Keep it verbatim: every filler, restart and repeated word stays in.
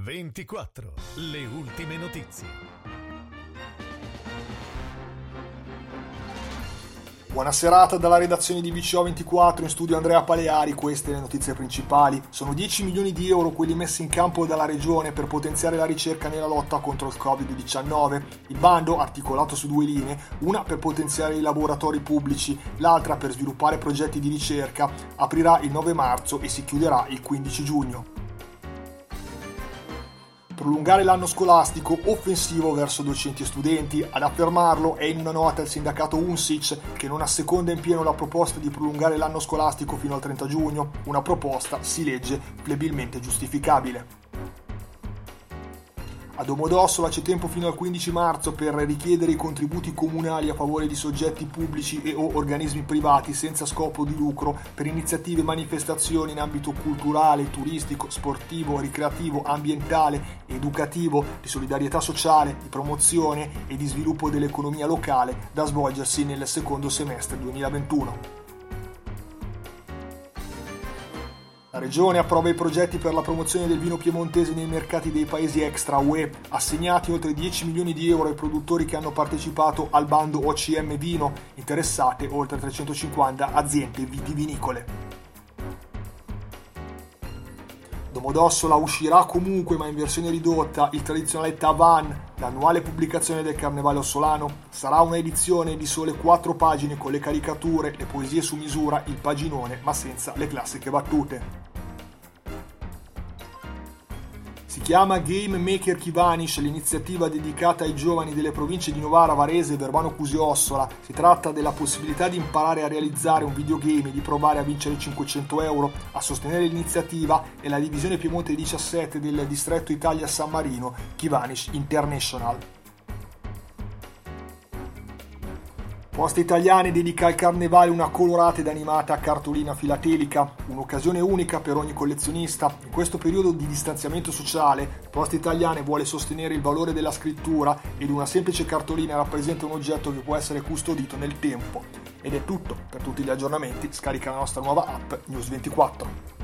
ventiquattro. Le ultime notizie. Buona serata dalla redazione di B C O ventiquattro, in studio Andrea Paleari. Queste le notizie principali. Sono dieci milioni di euro quelli messi in campo dalla Regione per potenziare la ricerca nella lotta contro il covid diciannove. Il bando, articolato su due linee, una per potenziare i laboratori pubblici, l'altra per sviluppare progetti di ricerca, aprirà il nove marzo e si chiuderà il quindici giugno. Prolungare l'anno scolastico, offensivo verso docenti e studenti. Ad affermarlo è in una nota il sindacato UNSIC, che non asseconda in pieno la proposta di prolungare l'anno scolastico fino al trenta giugno, una proposta, si legge, plebilmente giustificabile. A Domodossola c'è tempo fino al quindici marzo per richiedere i contributi comunali a favore di soggetti pubblici e o organismi privati senza scopo di lucro per iniziative e manifestazioni in ambito culturale, turistico, sportivo, ricreativo, ambientale, educativo, di solidarietà sociale, di promozione e di sviluppo dell'economia locale, da svolgersi nel secondo semestre duemilaventuno. La Regione approva i progetti per la promozione del vino piemontese nei mercati dei paesi extra U E, assegnati oltre dieci milioni di euro ai produttori che hanno partecipato al bando O C M Vino, interessate oltre trecentocinquanta aziende vitivinicole. Domodossola uscirà comunque, ma in versione ridotta, il tradizionale Tavan, l'annuale pubblicazione del Carnevale Ossolano. Sarà una edizione di sole quattro pagine con le caricature, le poesie su misura, il paginone, ma senza le classiche battute. Si chiama Game Maker Kivanish, l'iniziativa dedicata ai giovani delle province di Novara, Varese, Verbano Cusio-Ossola. Si tratta della possibilità di imparare a realizzare un videogame e di provare a vincere cinquecento euro. A sostenere l'iniziativa è la divisione Piemonte diciassette del distretto Italia San Marino, Kivanish International. Poste Italiane dedica al Carnevale una colorata ed animata cartolina filatelica, un'occasione unica per ogni collezionista. In questo periodo di distanziamento sociale, Poste Italiane vuole sostenere il valore della scrittura ed una semplice cartolina rappresenta un oggetto che può essere custodito nel tempo. Ed è tutto, per tutti gli aggiornamenti scarica la nostra nuova app News ventiquattro.